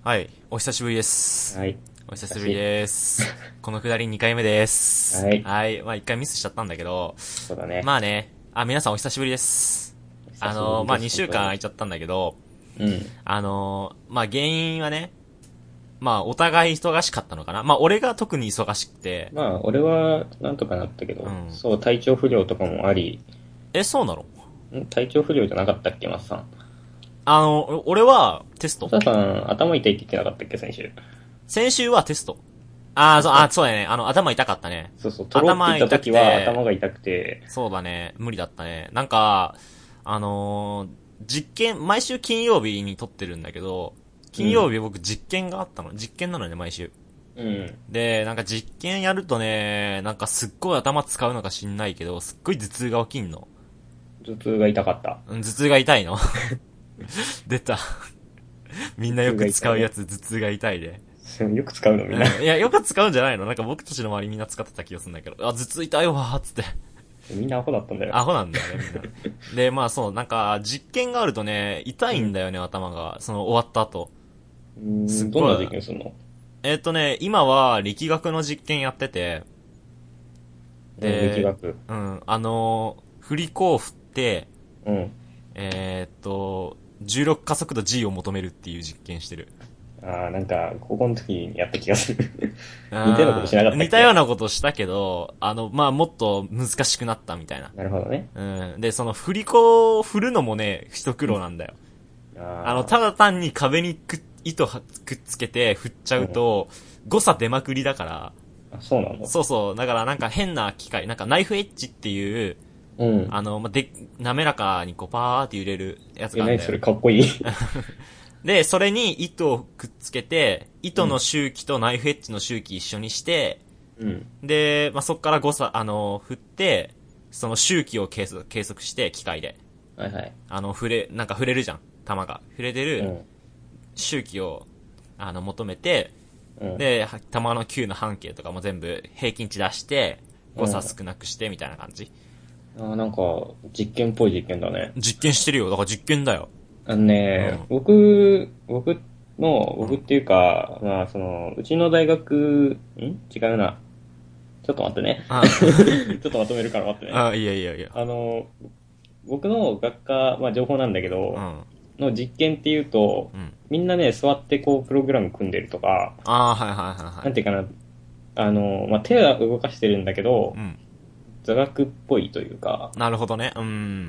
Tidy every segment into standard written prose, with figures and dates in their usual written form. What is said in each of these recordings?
はい、お久しぶりです。 はい。 お久しぶりです。このくだり2回目です。 はい。 はい、まあ1回ミスしちゃったんだけど、 そうだね。 まあね、皆さんお久しぶりです。 久しぶりまあです、 2週間本当に。 空いちゃったんだけど、 うん。 まあ原因はね、まあお互い忙しかったのかな。まあ俺が特に忙しくて、 まあ、俺はなんとかなったけど、 うん。 そう、体調不良とかもあり、 そうなの？ 体調不良じゃなかったっけ、マスさん。 俺はテスト。 マサさん、頭痛いって言ってなかったっけ、先週。 先週はテスト。 テスト。 そうだね。頭痛かったね。 そうそう、取ろうって言った頭痛く時はて、 頭が痛くて、 そうだね。無理だったね。なんか、実験、毎週金曜日に撮ってるんだけど、金曜うん。 日僕実験があったの。実験なのね、毎週。 うん。 で、なんか実験やるとね、なんかすっごい頭使うのか知んないけど、すっごい頭痛が起きんの。 頭痛が痛かった。 うん、頭痛が痛いの。出た。みんなよく頭痛が痛いね。 使うやつ、頭痛が痛いで。 よく使うの、みんな。 うん、いや、よく使うんじゃないの？なんか僕たちの周りみんな使ってた気がするんだけど、頭痛痛いわーっつって。 みんなアホだったんだよ。 アホなんだよね、みんな。で、まあそう、なんか、実験があるとね、痛いんだよね、頭が。その、終わった後。 どんなすっごい。 実験するの？ 今は力学の実験やってて、 力で、 学。 振り子を振って、 うん。 重力加速度 G を求めるっていう実験してる。 ああ、なんか、高校の時にやった気がする。似たようなことしなかったっ似たようけ？ なことしたけど、まあ、もっと難しくなったみたいな。 なるほどね。 うん。で、その振り子を振るのもね、一苦労なんだよ。 あただ単に壁に糸くっつけて振っちゃうと、誤差出まくりだから、 あ、そうなの？ そうそう、だからなんか変な機械、なんかナイフエッジっていう、 うん。 滑らかにこうパーって揺れるやつがあるんだよ。 何それかっこいい。 で、それに糸をくっつけて、糸の周期とナイフエッジの周期一緒にして、 うん。 で、まあ、そっから誤差、振って、その周期を計測して、機械で。 はいはい。 なんか触れるじゃん。弾が。触れてるうん。 周期を、求めて、 うん。 で、弾の球の半径とかも全部平均値出して、誤差うん。 少なくして、みたいな感じ。 なんか、実験っぽい実験だね。 実験してるよ。だから実験だよ。うん。 僕っていうか、まあ、その、うちの大学、違うな。ちょっと待ってね。 あ、 ちょっとまとめるから待ってね。 いやいやいや。 あの、僕の学科、まあ情報なんだけど、 うん。 の実験っていうと、 うん。 みんなね、座ってこう、プログラム組んでるとか、 はいはいはいはい。 なんていうかな、まあ、手は動かしてるんだけど、 うん。 座学っぽいというか、 なるほどね。うん。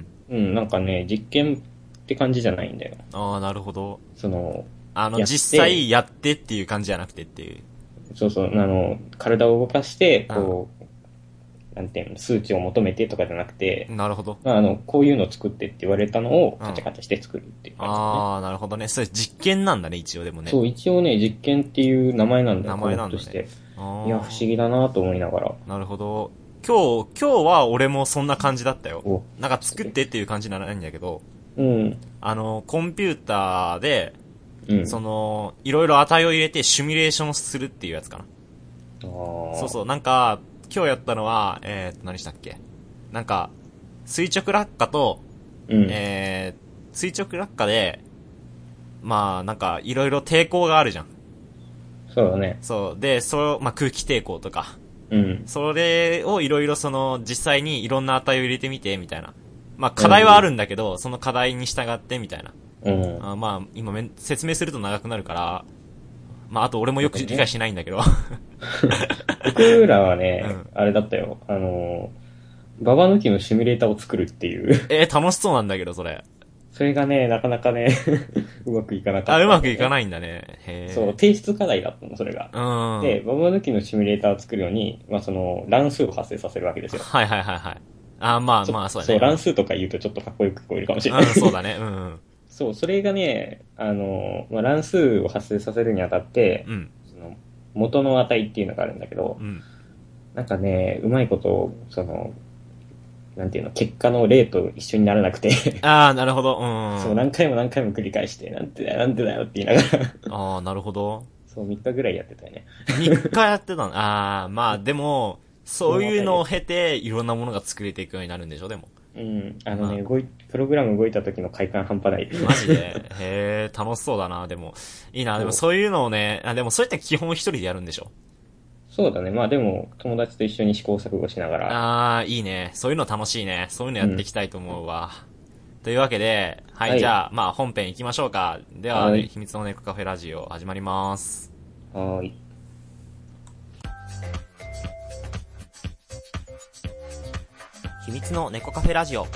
なんかね、実験って感じじゃないんだよ。 なるほど。 その、やっ実て、 際やってっていう感じじゃなくてっていう。 そうそう、体を動かして、 うん。 こう、なんていうの、数値を求めてとかじゃなくて、 なるほど。 まあ、こういうの作ってって言われたのをうん。 カチャカチャして作るっていう感じだね。 なるほどね。それ実験なんだね、一応でもね。 そう、一応ね、実験っていう名前なんだよ、 名科前なんだね。 目として。いや、不思あ議だなと思いながら。 なるほど。今日は俺もそんな感じだったよ。 お、 なんか作ってっていう感じにならないんだけど、 うん、 コンピューターで、 うん。 いろいろ値を入れてシミュレーションするっていうやつかな。 ああ、 そうそう、なんか、今日やったのは、何したっけ？なんか、垂直落下と、 うん、 垂直落下で、まあ、なんか、いろいろ抵抗があるじゃん。 そうだね。 そう。で、まあ、空気抵抗とか。 うん、 それをいろいろ実際にいろんな値を入れてみて、みたいな。まあ、課題はあるんだけど、その課題に従って、みたいな。 うん。 まあ、今説明すると長くなるから、まあ、あと俺もよく理解しないんだけど。 僕らはうね、 ん。 あれだったよ。ババ抜きのシミュレーターを作るっていう。 楽しそうなんだけど、それ。 それがね、なかなかねうまくいかなかうったんだよね。 まくいかないんだね。 そう、 へ提出課題だったの、それが。 え。うん。はで、 いババ抜きのシミュレーターを作るのに、まあ、その、乱数を発生させるわけですよ。 はいはいはい。まあまあ、そうだそう、 ね。 乱数とか言うとちょっとかっこよく聞こえるかもしれうん。 ない。 うん、そうだね。うん。 そう、それがね、まあ、乱数を発生させるにあたって、 うん。 その、元の値っていうのがあるんだけど、 うん。 なんかね、うまいこと、その、なんていうの、結果の例と一緒にならなくてなるほど。うそう、 ん。 何回も何回も繰り返して、なんてだよ、なんてだよって言いながらなるほど。 そう、3日ぐらいやってたよね。 3日やってたの。まあ、でも、 そそういうのをのあたりです。 経て、いろんなものが作れていくようになるんでしょ、でも。 うん。プログラム動いた時の快感半端ない。 マジでへー、楽しそうだな、でも。いいな、でもそういうのをね、でもそういった基本一人でやるんでしょ？ そうだね。まあでも、友達と一緒に試行錯誤しながら。 いいね。そういうの楽しいね。そういうのやっていきたいと思うわ。というわけで、はい、 はい。 じゃあ、まあ本編行きましょうか。では、 はい。 秘密の猫カフェラジオ始まります。 はーい。 秘密の猫カフェラジオ。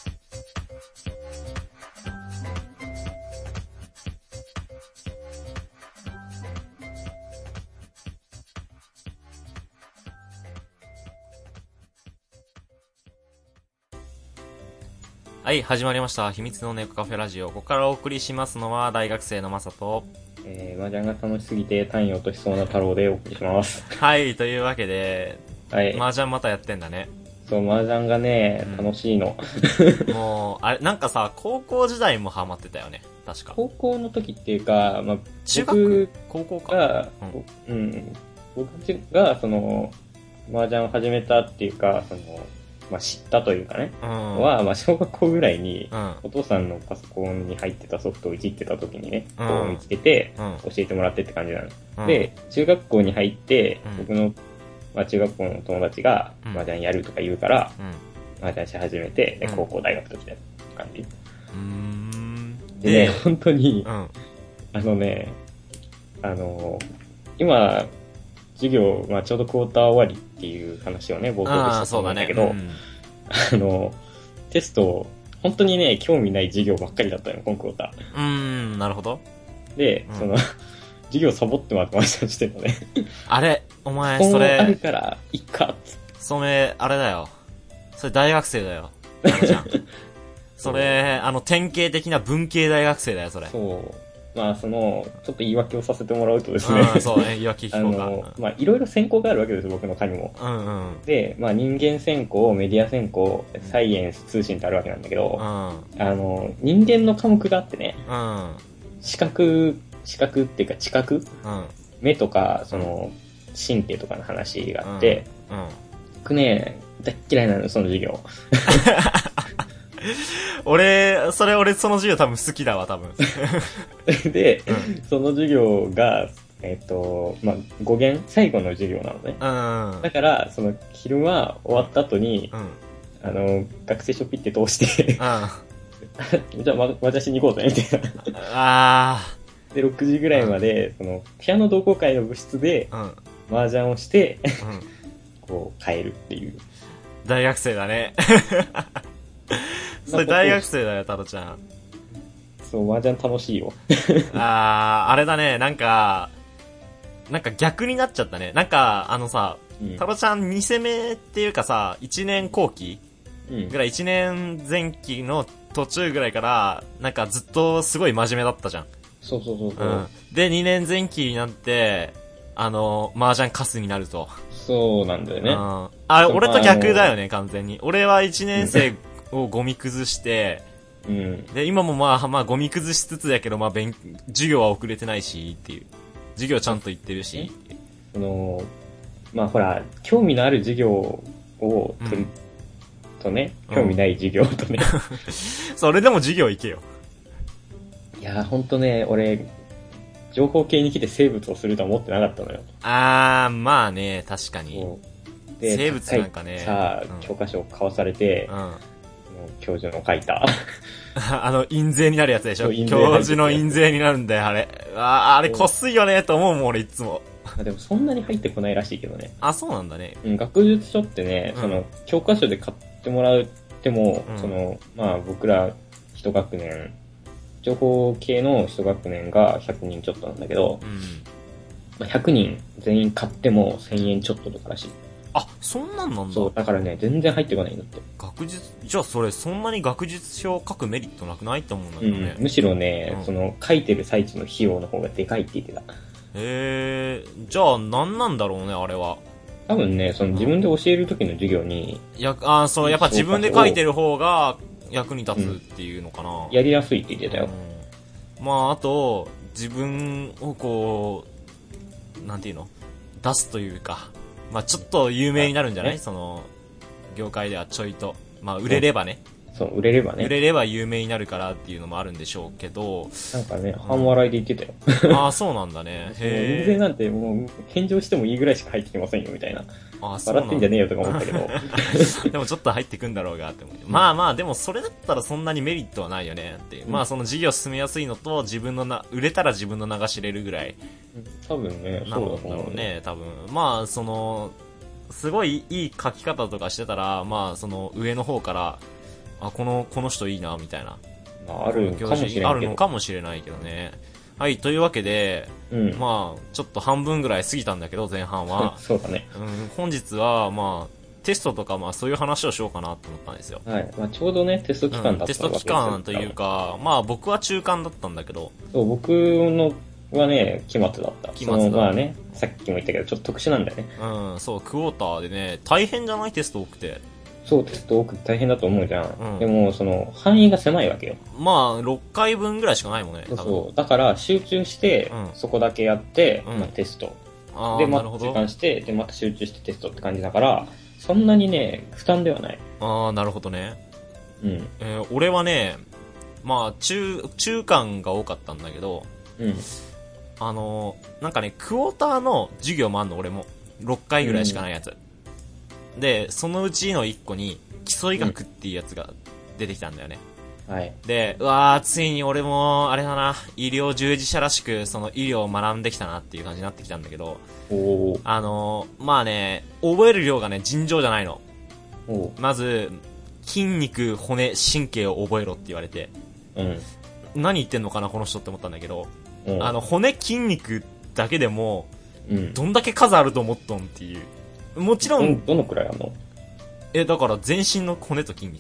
はい、始まりました。秘密の猫カフェラジオ。ここからお送りしますのは、大学生のまさと。 麻雀が楽しすぎて単位落としそうな太郎でお送りします。 はい、というわけで、 はい。 麻雀またやってんだね。 そう、麻雀がね、楽しいの。 もう、あれ、なんかさ、高校時代もハマってたよね。確か。 高校の時っていうか、まあ、 中学高校か。 が、僕が、麻雀を始めたっていうか、まあ、知ったというかね、は、まあ、小学校ぐらいに、お父さんのパソコンに入ってたソフトをいじってた時にね、こう見つけて、教えてもらってって感じなの。で、中学校に入って、僕の、まあ、中学校の友達が、麻雀やるとか言うから、麻雀し始めて、で、高校、大学と来た感じ。でね、本当に、今、授業、まあ、ちょうどクォーター終わりっていう話をね、冒頭でしたと思うんだけど、テスト、本当にね、興味ない授業ばっかりだったよ、今クォーター。 なるほど。 で、授業サボってもらってましたしてたね。 あれ、お前、それ。 あるから、いっか、 それ、あれだよ。それ大学生だよ。じゃん。それ、典型的な文系大学生だよ、それ。 そう。まあ、ちょっと言い訳をさせてもらうとですね。 そうね、言い訳聞こうか。 まあ、いろいろ専攻があるわけです、僕の科にも。で、まあ、人間専攻、メディア専攻、サイエンス、通信ってあるわけなんだけど、人間の科目があってね、視覚っていうか知覚、目とか、神経とかの話があって、僕ね、大っ嫌いなの、その授業。 俺、その授業多分好きだわ、多分。 で、その授業が、まあ、語源最後の授業なのね。だから、昼間終わった後に、学生証ピッて通して、じゃあ、私に行こうぜ、みたいな。で、6時ぐらいまで、ピアノ同好会の部室で、麻雀をして、こう、帰るっていう。 大学生だね。それ大学生だよ、タロちゃん。 そう、麻雀楽しいよ。 あれだね、なんか逆になっちゃったね。なんか、タロちゃん2攻めっていうかさ、1年後期ぐらい、1年前期の途中ぐらいから、なんかずっとすごい真面目だったじゃん。 そう。 で、2年前期になって、麻雀カスになると。 そうなんだよね。 俺と逆だよね、完全に。俺は1年生をゴミ崩して、で、今もまあゴミ崩しつつやけど、まあ授業は遅れてないし、っていう。授業ちゃんと行ってるし。 まあほら、興味のある授業を取るとね、興味ない授業とね。 それでも授業行けよ。 いや、ほんとね、俺、情報系に来て生物をするとは思ってなかったのよ。 まあね、確かに。 で、 生物なんかね。 教科書を買わされて、教授の書いた。 印税になるやつでしょ。教授の印税になるんだよ、あれ。あれ、こすいよね、と思うもん、俺、いつも。 でも、そんなに入ってこないらしいけどね。 そうなんだね。 学術書ってね、教科書で買ってもらっても、まあ、僕ら、一学年、情報系の一学年が100人ちょっとなんだけど、100人全員買っても1000円ちょっととからしい。 そんなんなんだ。 そう、だからね、全然入ってこないんだって。 じゃあそれ、そんなに学術書を書くメリットなくないと思うんだけどね。 むしろね、書いてる最中の費用の方がでかいって言ってた。 じゃあ何なんだろうね、あれは。 多分ね、自分で教える時の授業に。 やっぱ自分で書いてる方が役に立つっていうのかな。 やりやすいって言ってたよ。 まあ、あと、自分をこう、なんていうの出すというか、まあちょっと有名になるんじゃない？業界ではちょいと。 まあ売れればね。 そう、売れればね。 売れれば有名になるからっていうのもあるんでしょうけど。 なんかね、半笑いで言ってたよ。 ああ、そうなんだね。 印税なんてもう、返上してもいいぐらいしか入ってきませんよ、みたいな。笑ってんじゃねえよとか思ったけど。 でもちょっと入ってくんだろうがって思って。まあまあ、でもそれだったらそんなにメリットはないよねっていう。まあその事業進めやすいのと、売れたら自分の名が知れるぐらい。 多分ね、そうだと思うね、多分。まあ、すごいいい書き方とかしてたら、まあ、上の方から、あ、この人いいな、みたいな。 あるかもしれないけど。 あるのかもしれないけどね。はい、というわけで、まあ、ちょっと半分ぐらい過ぎたんだけど、前半は。 そうだね。 本日は、まあ、テストとか、まあ、そういう話をしようかなと思ったんですよ。 はい。まあ、ちょうどね、テスト期間だったテスト期間というか、まあ、僕は中間だったんだけど。 そう、僕のはね、期末だった。 期末だ。 まあね、さっきも言ったけど、ちょっと特殊なんだよね。 そう、クォーターでね、大変じゃないテスト多くて。 そう、テスト多くて大変だと思うじゃん。でも、範囲が狭いわけよ。 まあ、6回分ぐらいしかないもんね。 そう。だから、集中して、そこだけやって、まあ、テスト。で、また時間して、で、また集中してテストって感じだから、そんなにね、負担ではない。 ああ、なるほどね。俺はね、まあ、中間が多かったんだけど、なんかね、クォーターの授業もあんの、俺も。6回ぐらいしかないやつ。で、そのうちの1個に、基礎医学っていうやつが出てきたんだよね。 はい。 で、ついに俺も、あれだな、医療従事者らしく、その医療を学んできたなっていう感じになってきたんだけど、まあね、覚える量がね、尋常じゃないの。まず、筋肉、骨、神経を覚えろって言われて、何言ってんのかな、この人って思ったんだけど、骨、筋肉だけでも、どんだけ数あると思っとんっていう。もちろん、 どのくらいあんの？ だから全身の骨と筋肉。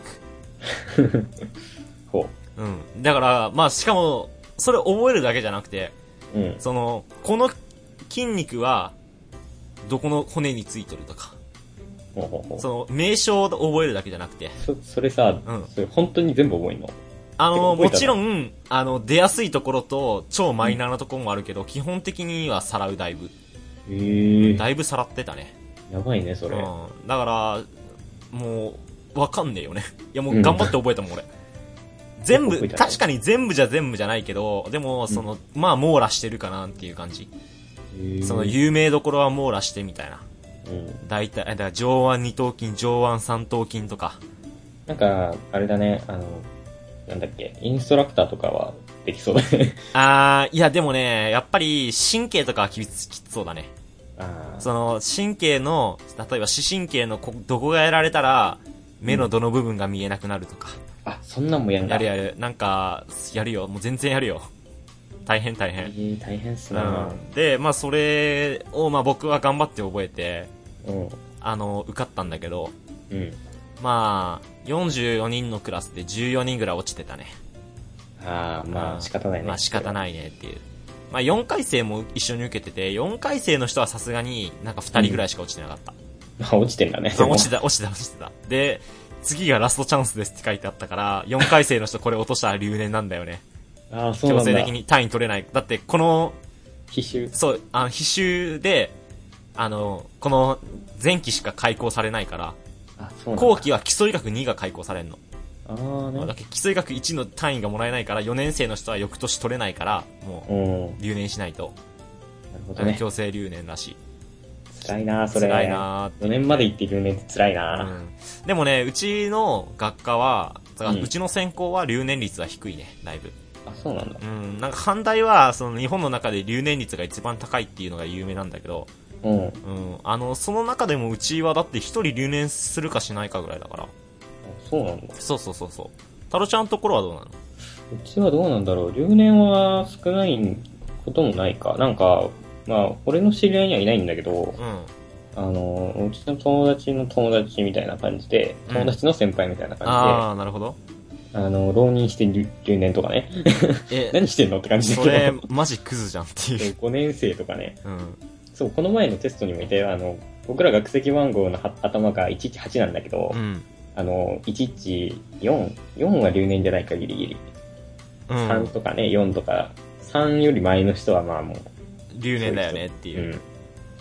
ほう。だから、まあしかも、それ覚えるだけじゃなくて、この筋肉は、どこの骨についてるとか、名称を覚えるだけじゃなくて。 それさ、それ本当に全部覚えんの？ もちろん、出やすいところと、超マイナーなところもあるけど、基本的にはさらう、だいぶ。だいぶさらってたね。 やばいね、それ。 だから、もう、わかんねえよね。いや、もう頑張って覚えたもん、俺。全部、確かに全部じゃないけど、でも、まあ、網羅してるかなっていう感じ。有名どころは網羅してみたいな。大体、だから上腕二頭筋、上腕三頭筋とか。 なんか、あれだね、なんだっけ、インストラクターとかはできそうだね。 いやでもね、やっぱり神経とかはきつそうだね。神経の、例えば視神経のどこがやられたら、目のどの部分が見えなくなるとか。 そんなんもやんだ。 やる。なんか、やるよ。もう全然やるよ。大変。 大変っすな。 で、まあそれを、まあ僕は頑張って覚えて、受かったんだけど、まあ、44人のクラスで14人ぐらい落ちてたね。 まあ仕方ないね。 まあ仕方ないねっていう。まあ4回生も一緒に受けてて、4回生の人はさすがになんか2人ぐらいしか落ちてなかった。 落ちてんだね。 落ちてた。で、次がラストチャンスですって書いてあったから、4回生の人これ落としたら留年なんだよね。 そうなんだ。 強制的に単位取れない。だってこの、 必修？ そう、必修で、この前期しか開講されないから、後期は基礎医学2が開講されんの。だけ基礎医学1の単位がもらえないから、4年生の人は翌年取れないから、もう、留年しないと。 なるほどね。 強制留年らしい。 辛いなそれ。 辛いな 4年まで行って留年って辛いなでもね、うちの学科は、うちの専攻は留年率は低いね、だいぶ。 そうなんだ。 なんか阪大は、日本の中で留年率が一番高いっていうのが有名なんだけど、その中でもうちはだって一人留年するかしないかぐらいだから。 そうなんだ。 そう。タロちゃんのところはどうなの？うちはどうなんだろう。留年は少ないこともないか。なんか、まあ、俺の知り合いにはいないんだけど、うちの友達の友達みたいな感じで、友達の先輩みたいな感じで、 なるほど。 浪人して留年とかね。何してんのって感じだけど。 それ、マジクズじゃんっていう。 5年生とかね。そう、この前のテストにもいて、僕ら学籍番号の頭が118なんだけど、114は留年じゃないか、ギリギリ。3とかね、4とか、3より前の人はまあもう。 留年だよねっていう。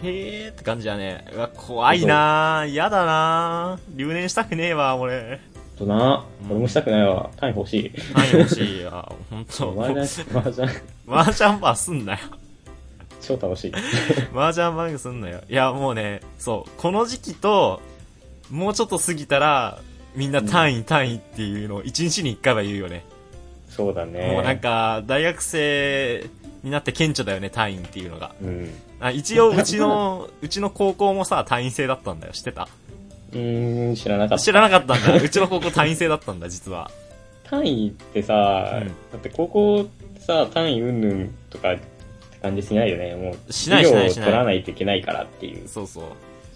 へーって感じだね。うわ、怖いなー。やだなー。留年したくねえわ、俺。 とな、俺もしたくないわ。単位欲しい。 単位欲しいわ。ほんと。 麻雀バーすんなよ。 超楽しい。 麻雀バーすんなよ。いや、もうね、そう、この時期と、もうちょっと過ぎたら、みんな単位っていうのを1日に1回は言うよね。 そうだね。 もうなんか、大学生になって顕著だよね、単位っていうのが。 うん。 一応、うちの高校もさ、単位制だったんだよ。知ってた？ 知らなかった。 知らなかったんだ。うちの高校単位制だったんだ、実は。 単位ってさ、だって高校ってさ、単位云々とかって感じしないよね。もう、 しないしないしない。 取らないといけないからっていう。 そうそう。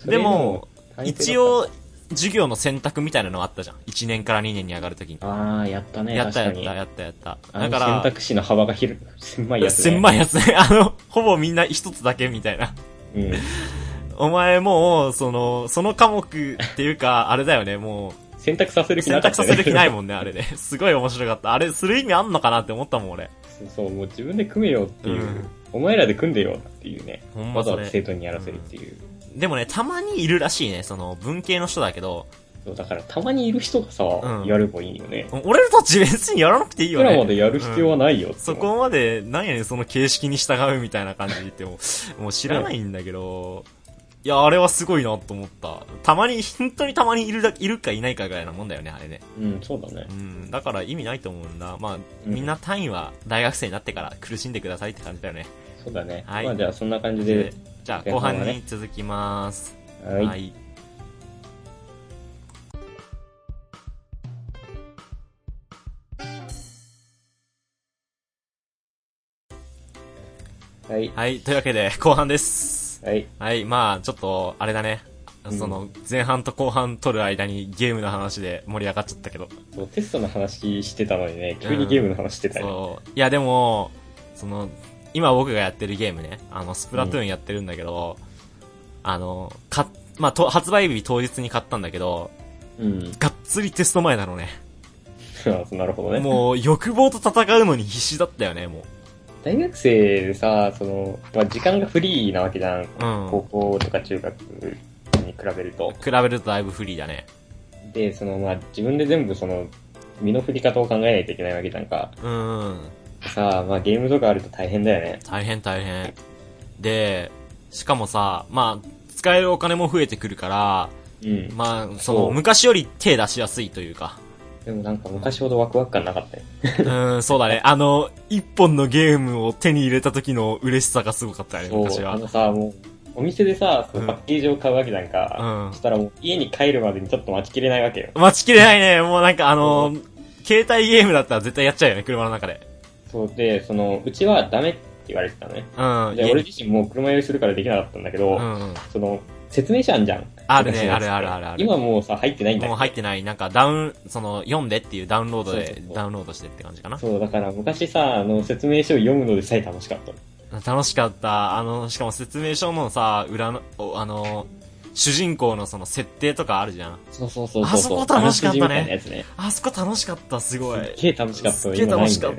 でも、一応、授業の選択みたいなのあったじゃん。1年から2年に上がるときに。 ああ、やったね。 やった。だから、 選択肢の幅が狭いやつね。 狭いやつね。ほぼみんな一つだけみたいな。 うん。 お前もう、その科目っていうか、あれだよね、もう。 選択させる気なかった、ね。 選択させる気ないもんね、あれね。すごい面白かった。あれ、する意味あんのかなって思ったもん、俺。 そう、もう自分で組めよっていう。お前らで組んでよっていうね。わざわざ生徒にやらせるっていう。 でもね、たまにいるらしいね、その、文系の人だけど。 そう、だからたまにいる人がさ、やればいいよね。 俺たち別にやらなくていいよね。 僕らまでやる必要はないよって、 そこまで、なんやねん、その形式に従うみたいな感じで言っても、もう知らないんだけど、いや、あれはすごいなと思った。本当にたまにいるかいないかぐらいなもんだよね、あれね。 うん、そうだね。 だから意味ないと思うんだ。まあ、みんな単位は大学生になってから苦しんでくださいって感じだよね。 そうだね。 はい。 まあじゃあそんな感じで。 じゃあ後半に続きます。 はい。はい。 はい。というわけで、後半です。 はい。 はい。まあ、ちょっと、あれだね。その、前半と後半撮る間にゲームの話で盛り上がっちゃったけど。 そう、テストの話してたのにね、急にゲームの話してたよ、 そう。いや、でも、その、今僕がやってるゲームね、スプラトゥーンやってるんだけど、まあ、発売日当日に買ったんだけど、がっつりテスト前なのね。 なるほどね。 もう、欲望と戦うのに必死だったよね、もう。 大学生でさ、まあ、時間がフリーなわけじゃん。高校とか中学に比べると。 だいぶフリーだね。で、 まあ、自分で全部身の振り方を考えないといけないわけじゃんか。さあ、まあ、ゲームとかあると大変だよね。 大変。で、しかもさ、まあ、使えるお金も増えてくるから、まあ、昔より手出しやすいというか。 でもなんか昔ほどワクワク感なかったよ。 そうだね。一本のゲームを手に入れた時の嬉しさがすごかったよね、昔は。 もう、お店でさ、パッケージを買うわけなんか、そしたらもう家に帰るまでにちょっと待ちきれないわけよ。 待ちきれないね。もうなんか携帯ゲームだったら絶対やっちゃうよね、車の中で。 そうで、うちはダメって言われてたのね。で、俺自身も車酔いするからできなかったんだけど、説明書あんじゃん。 あるね、ある。 今もうさ、入ってないんだよ。 もう入ってない。なんか読んでっていうダウンロードでダウンロードしてって感じかな。 そう、だから昔さ、説明書を読むのでさえ楽しかった。 楽しかった。しかも説明書のさ、裏の、主人公のその設定とかあるじゃん。 そう。 あそこ楽しかったね。あそこ楽しかった、すごい。 すっげえ楽しかった。 すっげえ楽しかった。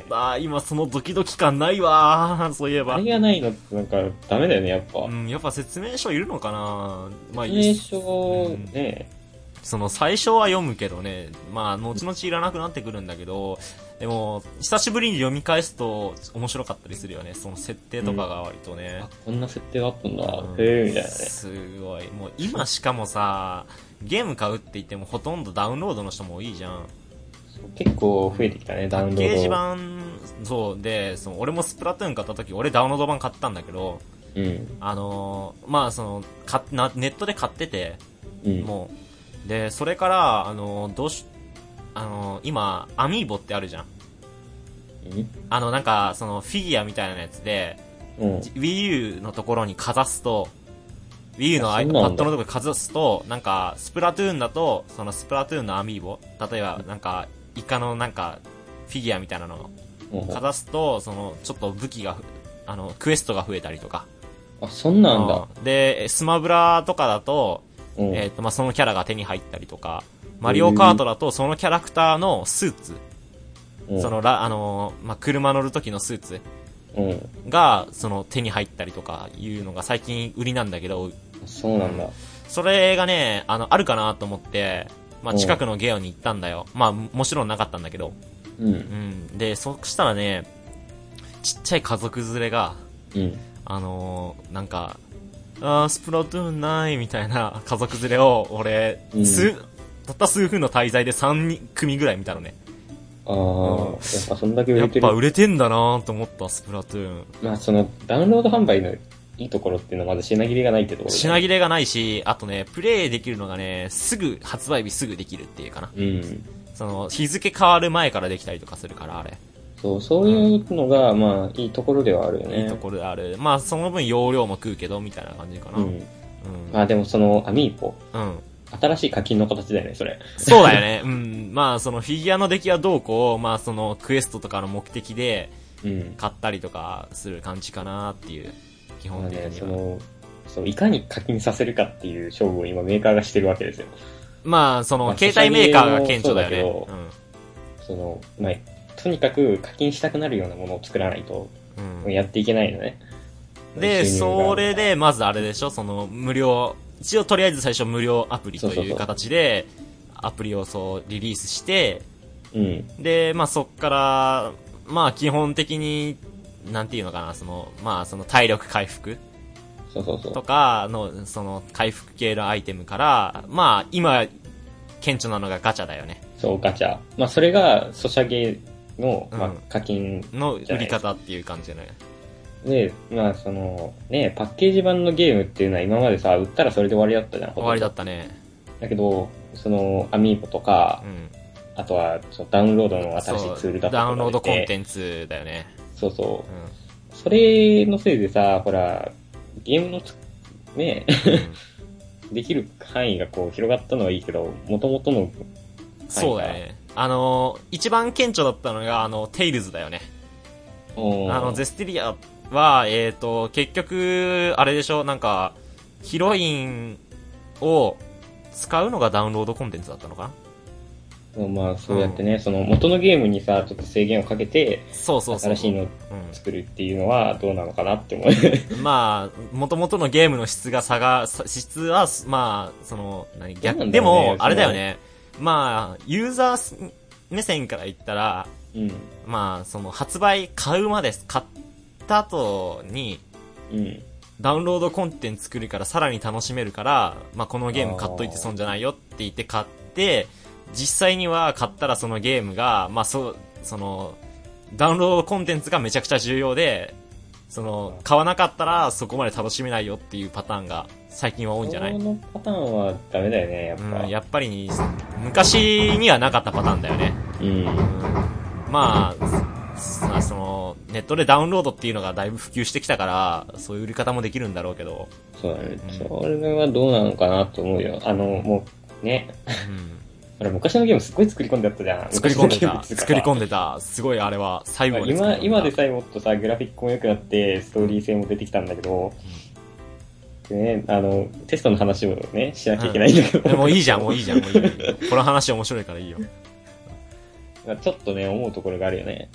今そのドキドキ感ないわ。そういえば。 あれがないのってなんかダメだよね、やっぱ。 やっぱ説明書いるのかな。まあ、 説明書ね、 最初は読むけどね、まあ、後々いらなくなってくるんだけど、でも、久しぶりに読み返すと面白かったりするよね。その設定とかが割とね。 こんな設定があったんだ。へえ、みたいなね。 すごい。もう今しかもさ、ゲーム買うって言ってもほとんどダウンロードの人も多いじゃん。 結構増えてきたね、ダウンロード。 パッケージ版、そうで、俺もスプラトゥーン買った時、俺ダウンロード版買ったんだけど、まあネットで買ってて、もう、で、それから、今、アミーボってあるじゃん。なんか、フィギュアみたいなやつで、Wii U のところにかざすと、Wii U のパッドのところにかざすと、なんか、スプラトゥーンだと、スプラトゥーンのアミーボ、例えば、なんか、イカのなんか、フィギュアみたいなのをかざすと、ちょっと武器が、クエストが増えたりとか。 あ、そんなんだ。 で、スマブラとかだと、まあ、そのキャラが手に入ったりとか、マリオカートだとそのキャラクターのスーツ、まあ、車乗る時のスーツが、その手に入ったりとかいうのが最近売りなんだけど。 そうなんだ。 それがね、あるかなと思って、まあ近くのゲオに行ったんだよ。まあもちろんなかったんだけど。で、そしたらね、ちっちゃい家族連れが、なんか、スプラトゥーンないみたいな家族連れを、俺、たった数分の滞在で3組ぐらい見たのね。 やっぱそんだけ売れてる。 やっぱ売れてんだなと思った、スプラトゥーン。 まあその、ダウンロード販売のいいところっていうのはまず品切れがないってところ、ね、 品切れがないし、あとね、プレイできるのがね、発売日すぐできるっていうかな。その、日付変わる前からできたりとかするから、あれ。 そういうのが、まあ、いいところではあるよね。 いいところである。まあ、その分容量も食うけど、みたいな感じかな。 まあでもその、アミーポ。新しい課金の形だよね、それ。 そうだよね。まあ、そのフィギュアの出来はどうこう、まあそのクエストとかの目的で、買ったりとかする感じかなっていう、基本的には。 いかに課金させるかっていう勝負を今メーカーがしてるわけですよ。 まあ、その、携帯メーカーが顕著だよね。 まあ、とにかく課金したくなるようなものを作らないと、やっていけないのね。 で、それで、まずあれでしょ、その、無料、一応とりあえず最初無料アプリという形で、アプリをリリースして、で、まあそっから、まあ基本的に、なんていうのかな、まあその体力回復とかの、その回復系のアイテムから、まあ今、顕著なのがガチャだよね。 そう、ガチャ。まあそれが、ソシャゲの、まあ課金の売り方っていう感じじゃない。 で、まあその、ね、パッケージ版のゲームっていうのは今までさ、売ったらそれで終わりだったじゃん。 終わりだったね。 だけど、その、アミーボとか、あとは、ダウンロードの新しいツールだったりとか。 ダウンロードコンテンツだよね。 それのせいでさ、ほら、ゲームのね、できる範囲がこう広がったのはいいけど、元々のそうだね。一番顕著だったのが、テイルズだよね。ゼステリアは、結局、あれでしょ、なんか、ヒロインを使うのがダウンロードコンテンツだったのかな。まあ、そうやってね、その元のゲームにさ、ちょっと制限をかけて、新しいのを作るっていうのはどうなのかなって思う。 まあ、元々のゲームの質は、まあ、その、でも、あれだよね。まあ、ユーザー目線から言ったら、まあ、その発売買った後に、ダウンロードコンテンツ作るからさらに楽しめるから、まあこのゲーム買っといて損じゃないよって言って買って、実際には買ったらそのゲームが、まあその、ダウンロードコンテンツがめちゃくちゃ重要で、買わなかったらそこまで楽しめないよっていうパターンが最近は多いんじゃない？ このパターンはダメだよね、やっぱ。 やっぱり、昔にはなかったパターンだよね。まあ、ネットでダウンロードっていうのがだいぶ普及してきたから、そういう売り方もできるんだろうけど。 そうだね。それはどうなのかなと思うよ。もう、ね。昔のゲームすっごい作り込んであったじゃん。 作り込んでた。すごいあれは、最後まで今でさえもっとさ、グラフィックも良くなって、ストーリー性も出てきたんだけど、ね、テストの話をね、しなきゃいけないんだけど。 もういいじゃん。この話面白いからいいよ。 ちょっとね、思うところがあるよね。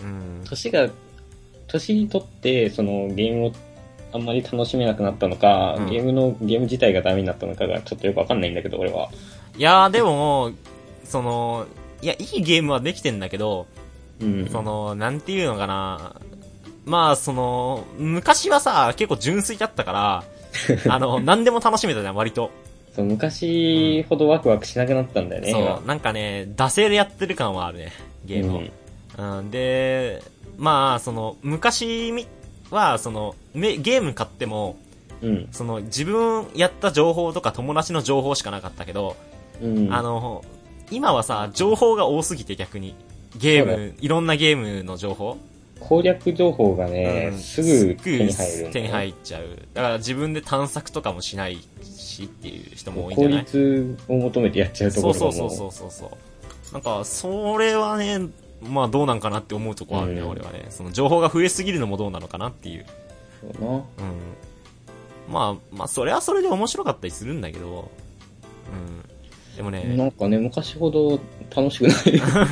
年取って、そのゲームをあんまり楽しめなくなったのか、ゲーム自体がダメになったのかがちょっとよくわかんないんだけど、俺は。 いやー、でも、いや、いいゲームはできてんだけど、なんていうのかな。まあ、昔はさ、結構純粋だったから、何でも楽しめたじゃん、割と。 そう、昔ほどワクワクしなくなったんだよね。 そう、なんかね、惰性でやってる感はあるね、ゲームを。で、まあ、昔は、ゲーム買っても、自分やった情報とか友達の情報しかなかったけど、今はさ、情報が多すぎて逆に、いろんなゲームの情報攻略情報がね、すぐ手に入る、 手に入っちゃう。だから自分で探索とかもしないしっていう人も多いんじゃない？ 効率を求めてやっちゃうところがもなんか、それはね、まあどうなんかなって思うとこあるね、俺はね。情報が増えすぎるのもどうなのかなっていう。 そうな。 まあ、それはそれで面白かったりするんだけど、でもね。 なんかね、昔ほど楽しくない。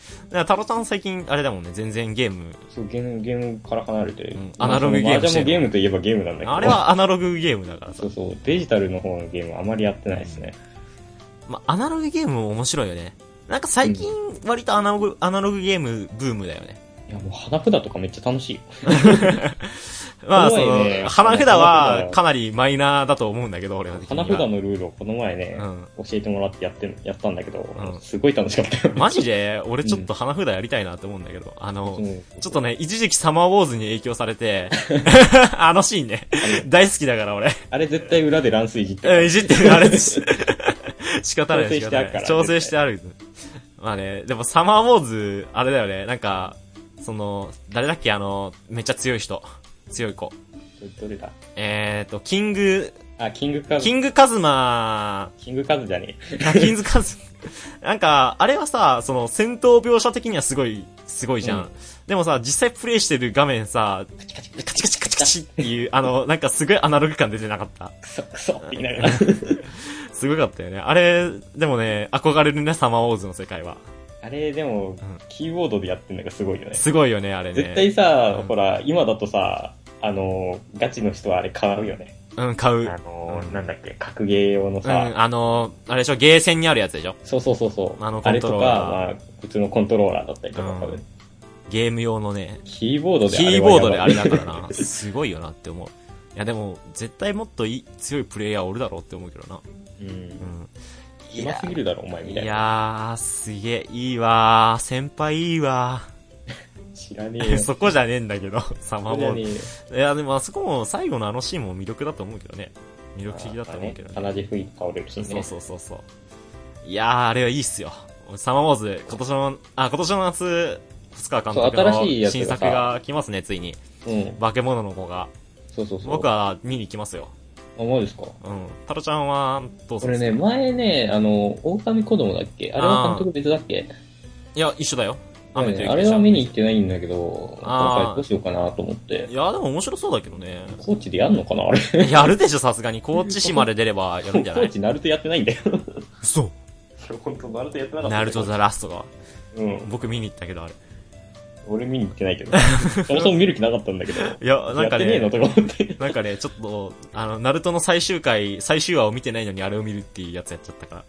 タロちゃん最近、あれだもんね、全然ゲーム。 そう、ゲームから離れて。 うん、アナログゲームしてる。 もゲームといえばゲームなんだけど。 あれはアナログゲームだからさ。 そうそう、デジタルの方のゲームあまりやってないですね。 アナログゲームも面白いよね。なんか最近、割とアナログゲームブームだよね。 いや、もう花札とかめっちゃ楽しいよ。 まあ、花札はかなりマイナーだと思うんだけど、俺は。 花札のルールをこの前ね、教えてもらってやったんだけど、すごい楽しかったよ。 マジで俺ちょっと花札やりたいなって思うんだけど、ちょっとね、一時期サマーウォーズに影響されて、あのシーンね、大好きだから俺。 あれ絶対裏で乱数いじってる。 いじってる、あれです。仕方ない、仕方ない。調整してある。まあね、でもサマーウォーズ、あれだよね、なんか、誰だっけめっちゃ強い人。強い子。 どれだキングカズ。 キングカズじゃねえ。キングカズ。なんか、あれはさ、戦闘描写的にはすごいじゃん。でもさ、実際プレイしてる画面さ、カチカチカチっていう、なんかすごいアナログ感出てなかった。 クソって言いながら。 すごかったよね。あれ、でもね、憧れるね、サマーウォーズの世界は。 あれ、でも、キーボードでやってんのがすごいよね。 すごいよね、あれね。 絶対さ、ほら、今だとさ、ガチの人はあれ買うよね。 うん、買う。 なんだっけ、格ゲー用のさ。 あれでしょ、ゲーセンにあるやつでしょ。 そう。あれとか、まあ、普通のコントローラーだったりとか、 ゲーム用のね。 キーボードであれだからな。すごいよなって思う。いやでも、絶対もっと強いプレイヤーおるだろうって思うけどな。 暇すぎるだろ、お前みたいな。 いやー、すげえ、いいわー。先輩いいわー。知らねえよ。 そこじゃねえんだけど、サマーボール。いや、でもあそこも最後のあのシーンも魅力だと思うけどね。魅力的だと思うけどね。 鼻血吹いて倒れるしね。 そう。いやー、あれはいいっすよ。サマーウォーズ、今年の夏、細川監督の新作が来ますね、ついに。化け物の子が。 そう。 僕は見に行きますよ。 あ、マジですか？ タロちゃんは、どうする？ 俺ね、前ね、狼子供だっけ？あれは監督別だっけ？ いや、一緒だよ。 あれは見に行ってないんだけど、今回どうしようかなと思って。 いや、でも面白そうだけどね。 高知でやんのかなあれ。 やるでしょ、さすがに。高知市まで出ればやるんじゃない？ 高知ナルトやってないんだよ。 嘘。 本当ナルトやってなかった。 ナルトザラストが。僕見に行ったけど、あれ。 俺見に行ってないけど。そもそも見る気なかったんだけど。 いや、なんかね。 やってねえのとか思って。 なんかね、ちょっと、ナルトの最終話を見てないのにあれを見るっていうやつやっちゃったから。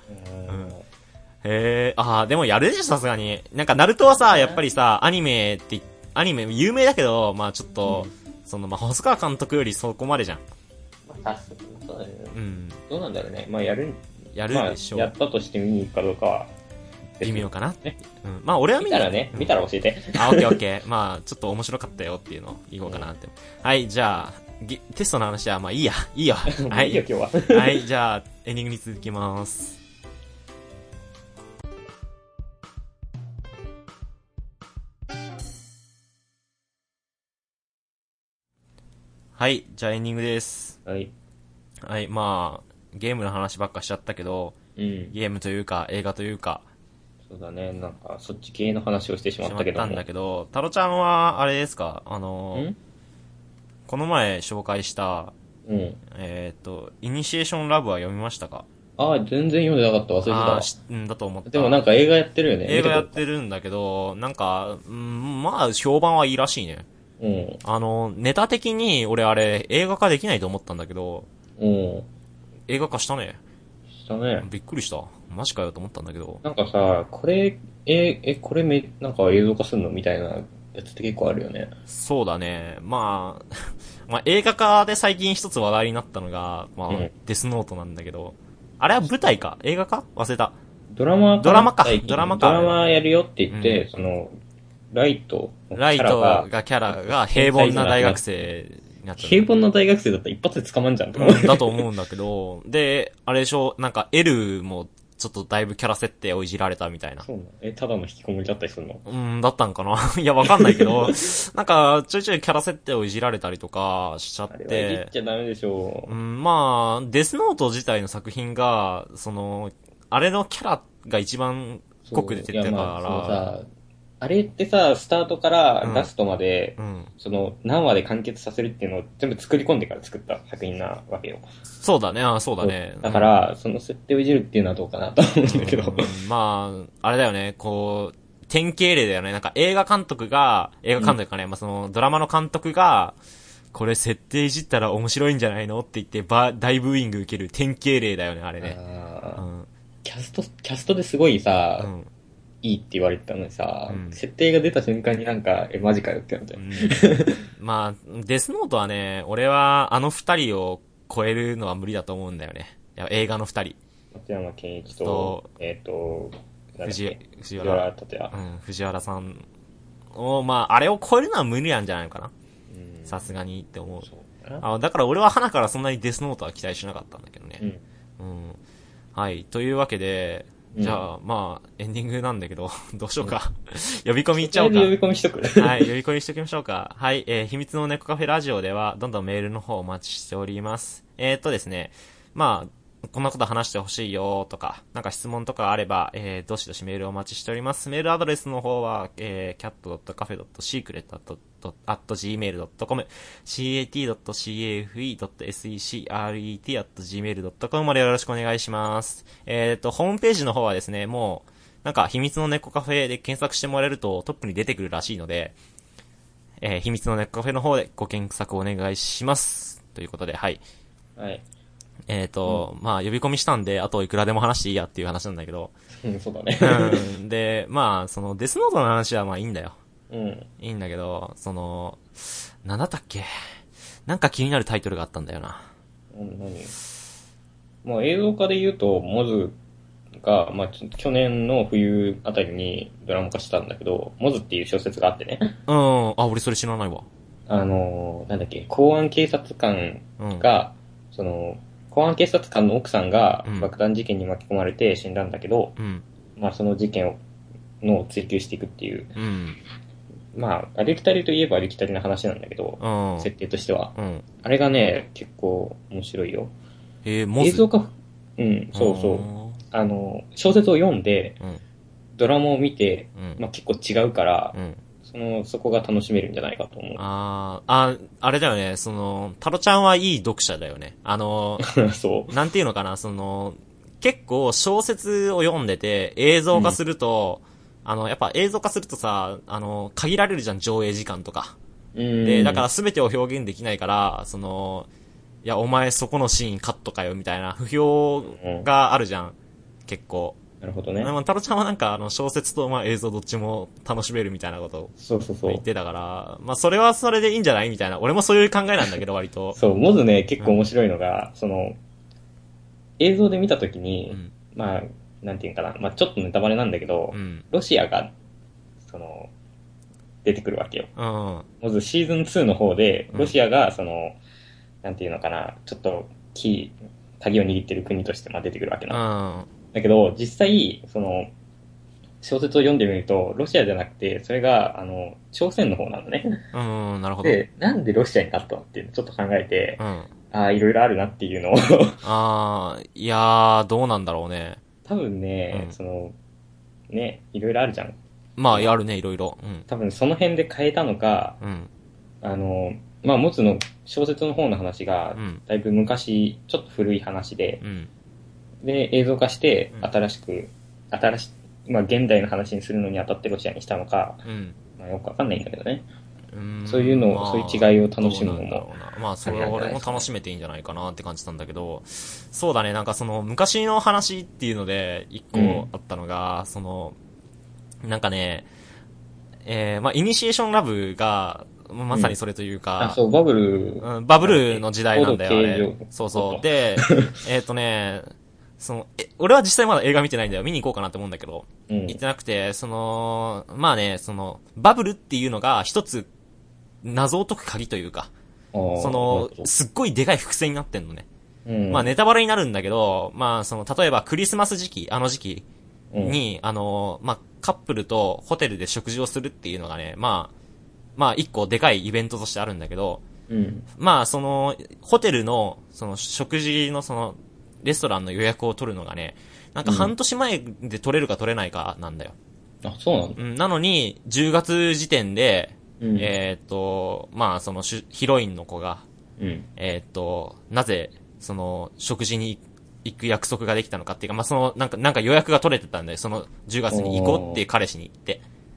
でもやるでしょ、さすがに。なんか、ナルトはさ、やっぱりさ、アニメ有名だけど、まあちょっと、細川監督よりそこまでじゃん。 まあ、そうだね。どうなんだろうね。まあやるでしょう。やったとして見に行くかどうかは。 微妙かな。まあ俺は見たらね、見たら教えて。 オッケー。まあ、ちょっと面白かったよっていうのを言おうかなって。はい、じゃあ、テストの話はまあいいや。 はい。いいよ、今日は。はい、じゃあ、エンディングに続きます。はい、じゃあエンディングです。 はい。 はい、まあ、ゲームの話ばっかしちゃったけど、ゲームというか、映画というか、 そうだね、なんか、そっち系の話をしてしまったけど。 タロちゃんは、あれですか、この前紹介した、イニシエーションラブは読みましたか？ 全然読んでなかった、忘れてた。 だと思った。 でもなんか映画やってるよね。 映画やってるんだけど、なんか、まあ、評判はいいらしいね。ネタ的に、俺あれ、映画化できないと思ったんだけど、映画化したね。 したね。 びっくりした。マジかよと思ったんだけど。 なんかさ、これなんか映像化するのみたいなやつって結構あるよね。 そうだね。まあ映画化で最近一つ話題になったのが、デスノートなんだけど、あれは舞台か映画か忘れた。 ドラマやるよって言って、ライトがキャラが平凡な大学生になっちゃう。 平凡な大学生だったら一発で捕まんじゃんとか。 だと思うんだけど、で、あれでしょ、なんか L もちょっとだいぶキャラ設定をいじられたみたいな。 そうなの？ただの引きこもりだったりするの？ だったんかな。いや、わかんないけど、なんか、ちょいちょいキャラ設定をいじられたりとかしちゃって。 あれはいじっちゃダメでしょう。 まあ、デスノート自体の作品が、あれのキャラが一番濃く出てたから、 あれってさ、スタートからラストまで、何話で完結させるっていうのを全部作り込んでから作った作品なわけよ。 そうだね、そうだね。 だから、その設定をいじるっていうのはどうかなと思うんだけど。 まあ、あれだよね、 典型例だよね。なんか映画監督かね、まあ、そのドラマの監督が、これ設定いじったら面白いんじゃないのって言って大ブーイング受ける典型例だよね、あれね。 キャストですごいさ、いいって言われてたのにさ、設定が出た瞬間になんか、マジかよってなったよ。 まあ、デスノートはね、俺はあの二人を超えるのは無理だと思うんだよね。映画の二人。 松山ケンイチと、 藤原達也。 藤原さんを、まあ、あれを超えるのは無理なんじゃないのかな。さすがにって思う。だから俺は花からそんなにデスノートは期待しなかったんだけどね。はい。というわけで、じゃあ、まあ、エンディングなんだけど、どうしようか。呼び込みいっちゃおうか。 呼び込みしとく。 はい、呼び込みしときましょうか。はい、秘密の猫カフェラジオでは、どんどんメールの方お待ちしております。ですね、まあ、こんなこと話してほしいよとか、なんか質問とかあれば、どしどしメールお待ちしております。メールアドレスの方は、cat.cafe.secret@gmail.com、cat.cafe.secret@gmail.com までよろしくお願いします。ホームページの方はですね、もう、なんか、秘密の猫カフェで検索してもらえるとトップに出てくるらしいので、秘密の猫カフェの方でご検索お願いします。ということで、はい。 はい。 まあ、呼び込みしたんで、あといくらでも話していいやっていう話なんだけど。 そうだね。 で、まあ、その、デスノートの話はまあいいんだよ。 いいんだけど、その、なんだったっけ？なんか気になるタイトルがあったんだよな。 まあ、映像化で言うと、モズが、まあ、去年の冬あたりにドラマ化したんだけど、モズっていう小説があってね。 俺それ知らないわ。 なんだっけ、公安警察官が、その、公安警察官の奥さんが爆弾事件に巻き込まれて死んだんだけど、まあその事件の追求していくっていう、まあありきたりといえばありきたりな話なんだけど、設定としては、あれがね結構面白いよ。映像化、そうそう、小説を読んで、ドラマを見て、まあ結構違うから、そこが楽しめるんじゃないかと思う。 あれだよね、タロちゃんはいい読者だよね。 そう。 なんていうのかな、結構小説を読んでて映像化すると、やっぱ映像化するとさ、限られるじゃん、上映時間とか。で、だから全てを表現できないから、いや、お前そこのシーンカットかよ、みたいな不評があるじゃん、結構。 なるほどね。 タロちゃんはなんか小説とまあ映像どっちも楽しめるみたいなことを言ってたから、まあそれはそれでいいんじゃないみたいな。俺もそういう考えなんだけど割と。 そう、モズね、結構面白いのが、映像で見たときに、まあ、なんていうかな、まあちょっとネタバレなんだけど、ロシアが、出てくるわけよ。モズシーズン2の方で、ロシアが、なんていうのかな、ちょっと鍵を握ってる国としてまあ出てくるわけな。だけど、実際、小説を読んでみると、ロシアじゃなくて、それが、朝鮮の方なのね。 なるほど。 で、なんでロシアになったのっていうのをちょっと考えて、いろいろあるなっていうのをいやー、どうなんだろうね。 多分ね、ね、いろいろあるじゃん。 まあ、あるね、いろいろ。 多分その辺で変えたのか、まあ、モズの小説の方の話が、だいぶ昔、ちょっと古い話で、で、映像化して、まあ、現代の話にするのにあたってロシアにしたのか、まあ、よくわかんないんだけどね。そういうのを、そういう違いを楽しむのも。 まあ、それは俺も楽しめていいんじゃないかなって感じたんだけど、そうだね、なんか昔の話っていうので、一個あったのが、なんかね、まあ、イニシエーションラブが、まさにそれというか、 そう、バブルの時代なんだよ、あれ。そうそう。で、俺は実際まだ映画見てないんだよ。見に行こうかなって思うんだけど。行ってなくて、まあね、バブルっていうのが一つ、謎を解く鍵というか、すっごいでかい伏線になってんのね。まあネタバレになるんだけど、まあ例えばクリスマス時期、あの時期に、まあカップルとホテルで食事をするっていうのがね、まあ一個でかいイベントとしてあるんだけど、まあホテルの、食事のレストランの予約を取るのがね、なんか半年前で取れるか取れないかなんだよ。 そうなの？ なのに、10月時点で、まあヒロインの子が、なぜ、食事に行く約束ができたのかっていうか、まあなんか予約が取れてたんで、10月に行こうって彼氏に言って。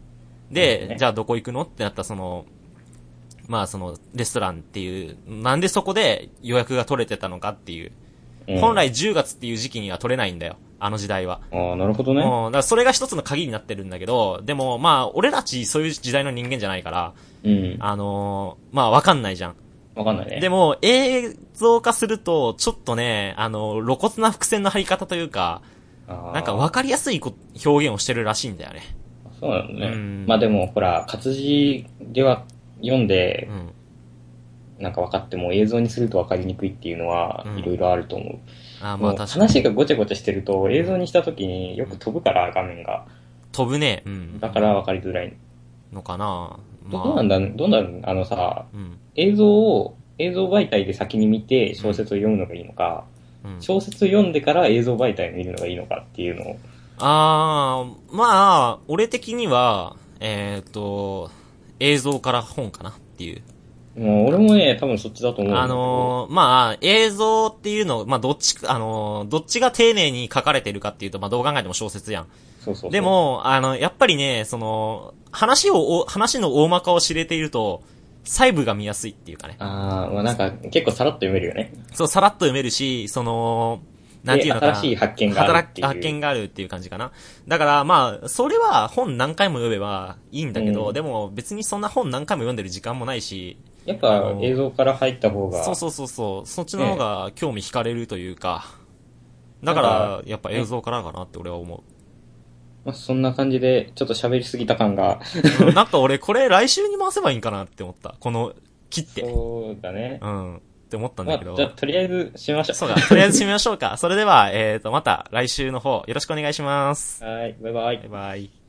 で、じゃあどこ行くのってなったらまあレストランっていう、なんでそこで予約が取れてたのかっていう。本来10月っていう時期には取れないんだよ。あの時代は。 ああ、なるほどね。 だからそれが一つの鍵になってるんだけど、でもまあ、俺たちそういう時代の人間じゃないから、まあわかんないじゃん。 わかんないね。 でも、映像化すると、ちょっとね、露骨な伏線の張り方というか、なんかわかりやすい表現をしてるらしいんだよね。 そうなのね。まあでも、ほら、活字では読んで、なんか分かっても映像にすると分かりにくいっていうのは、いろいろあると思う。まあ確かに。話がごちゃごちゃしてると、映像にした時によく飛ぶから、画面が。 飛ぶね。 だから分かりづらい。 のかな。 どうなんだ映像媒体で先に見て小説を読むのがいいのか、小説を読んでから映像媒体を見るのがいいのかっていうのを。 まあ、俺的には、映像から本かなっていう。 もう俺もね、多分そっちだと思うんだけど。 まあ、映像っていうの、まあ、どっちが丁寧に書かれてるかっていうと、まあ、どう考えても小説やん。 そう。 でも、やっぱりね、話の大まかを知れていると、細部が見やすいっていうかね。 まあなんか、結構さらっと読めるよね。 そう、さらっと読めるし、なんていうのかな。 新しい発見があるっていう。 発見があるっていう感じかな。だからまあ、それは本何回も読めばいいんだけど、でも別にそんな本何回も読んでる時間もないし、 やっぱ映像から入った方が。 そう。そっちの方が興味惹かれるというか、だから、やっぱ映像からかなって俺は思う。 まあ、そんな感じで、ちょっと喋りすぎた感が。 なんか俺、これ来週に回せばいいんかなって思った。この、切って。 そうだね。 って思ったんだけど。 じゃあ、とりあえず締めましょう。 そうか、とりあえず締めましょうか。それでは、また来週の方、よろしくお願いします。 はい、バイバイ。 バイバイ。